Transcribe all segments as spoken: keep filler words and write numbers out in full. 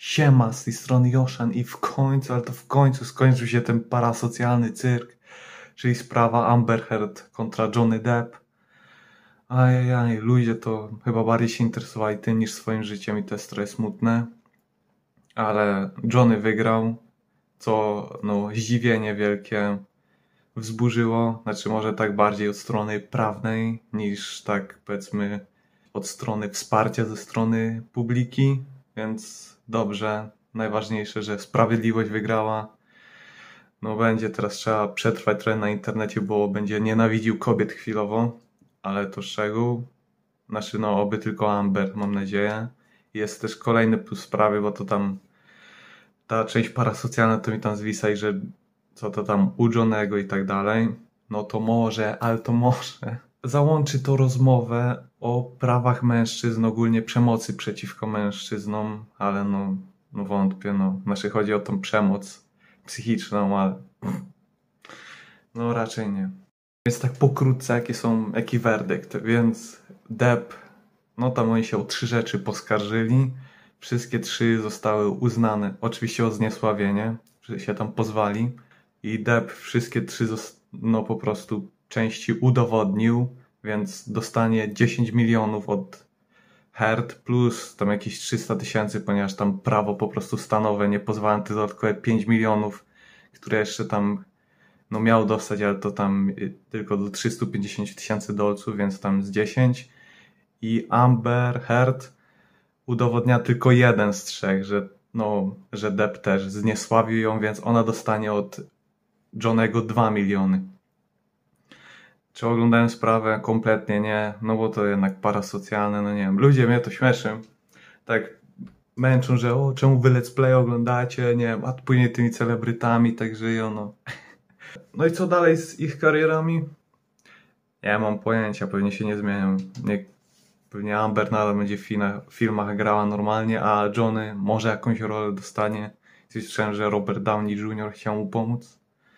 Siema, z tej strony Joszan i w końcu, ale to w końcu skończył się ten parasocjalny cyrk, czyli sprawa Amber Heard kontra Johnny Depp. Ajajaj, ludzie to chyba bardziej się interesowali tym niż swoim życiem i to jest trochę smutne. Ale Johnny wygrał, co no zdziwienie wielkie wzburzyło, znaczy może tak bardziej od strony prawnej niż tak powiedzmy od strony wsparcia ze strony publiki, więc dobrze, najważniejsze, że sprawiedliwość wygrała. No będzie teraz trzeba przetrwać trochę na internecie, bo będzie nienawidził kobiet chwilowo, ale to szczegół. Znaczy no oby tylko Amber, mam nadzieję. Jest też kolejny plus sprawy, bo to tam ta część parasocjalna to mi tam zwisa i że co to tam u Johnego i tak dalej. No to może, ale to może załączy to rozmowę o prawach mężczyzn, ogólnie przemocy przeciwko mężczyznom, ale no, no wątpię, no. Znaczy chodzi o tą przemoc psychiczną, ale no raczej nie. Więc tak pokrótce, jakie są, jaki werdykt, więc Depp, no tam oni się o trzy rzeczy poskarżyli, wszystkie trzy zostały uznane, oczywiście o zniesławienie, że się tam pozwali i Depp wszystkie trzy, no po prostu części udowodnił, więc dostanie dziesięć milionów od Heard plus tam jakieś trzysta tysięcy, ponieważ tam prawo po prostu stanowe nie pozwala na te dodatkowe pięć milionów, które jeszcze tam no miał dostać, ale to tam tylko do trzysta pięćdziesiąt tysięcy dolców, więc tam z dziesięć. I Amber Heard udowodnia tylko jeden z trzech, że no, że Depp też zniesławił ją, więc ona dostanie od Johnego dwa miliony. Czy oglądałem sprawę? Kompletnie nie, no bo to jednak parasocjalne, no nie wiem. Ludzie mnie to śmieszy. Tak męczą, że o, czemu wy let's play oglądacie, nie wiem, a później tymi celebrytami tak żyją, no. No i co dalej z ich karierami? Ja mam pojęcia, pewnie się nie zmienią. Nie, pewnie Amber nadal będzie w filmach, filmach grała normalnie, a Johnny może jakąś rolę dostanie. Słyszałem, że Robert Downey junior chciał mu pomóc.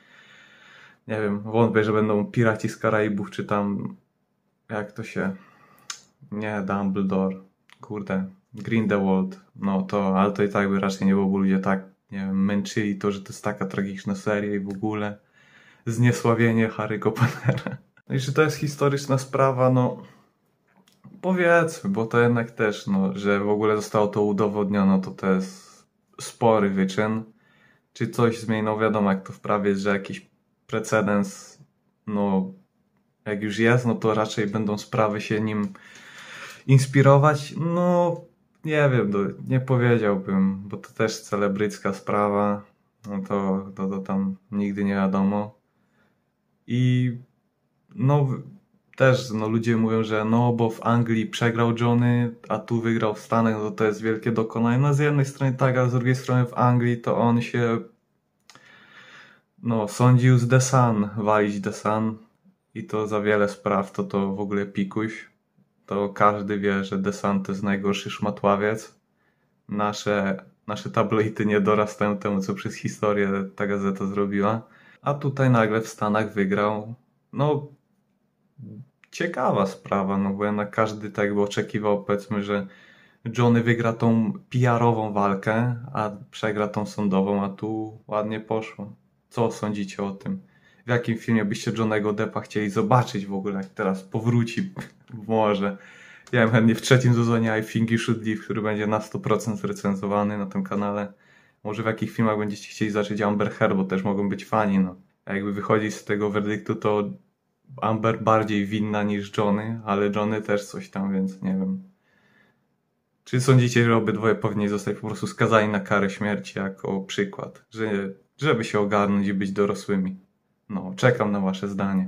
Nie wiem, wątpię, że będą Piraci z Karaibów, czy tam, jak to się, nie, Dumbledore, kurde, Grindelwald, no to, ale to i tak by raczej nie było, bo ludzie tak, nie wiem, męczyli to, że to jest taka tragiczna seria i w ogóle zniesławienie Harry'ego Pottera. No i czy to jest historyczna sprawa, no powiedzmy, bo to jednak też, no, że w ogóle zostało to udowodnione, to to jest spory wyczyn. Czy coś zmieni, no wiadomo, jak to w prawie jest, że jakiś precedens, no jak już jest, no to raczej będą sprawy się nim inspirować. No nie wiem, no, nie powiedziałbym, bo to też celebrycka sprawa, no to, to, to tam nigdy nie wiadomo. I no też no, ludzie mówią, że no bo w Anglii przegrał Johnny, a tu wygrał w Stanach, no to to jest wielkie dokonanie. No z jednej strony tak, a z drugiej strony w Anglii to on się no sądził z The Sun, walić The Sun i to za wiele spraw, to to w ogóle pikuś. To każdy wie, że The Sun to jest najgorszy szmatławiec. Nasze, nasze tabloidy nie dorastają temu, co przez historię ta gazeta zrobiła. A tutaj nagle w Stanach wygrał. No ciekawa sprawa, no bo jednak każdy tak jakby oczekiwał, powiedzmy, że Johnny wygra tą P R-ową walkę, a przegra tą sądową, a tu ładnie poszło. Co sądzicie o tym? W jakim filmie byście Johnnego Deppa chcieli zobaczyć w ogóle, jak teraz powróci? Może. Ja wiem, chętnie w trzecim sezonie I Think You Should Leave, który będzie na sto procent recenzowany na tym kanale. Może w jakich filmach będziecie chcieli zobaczyć Amber Heard, bo też mogą być fani, no. A jakby wychodzić z tego werdyktu, to Amber bardziej winna niż Johnny, ale Johnny też coś tam, więc nie wiem. Czy sądzicie, że obydwoje powinni zostać po prostu skazani na karę śmierci jako przykład, że, żeby się ogarnąć i być dorosłymi? No, czekam na wasze zdanie.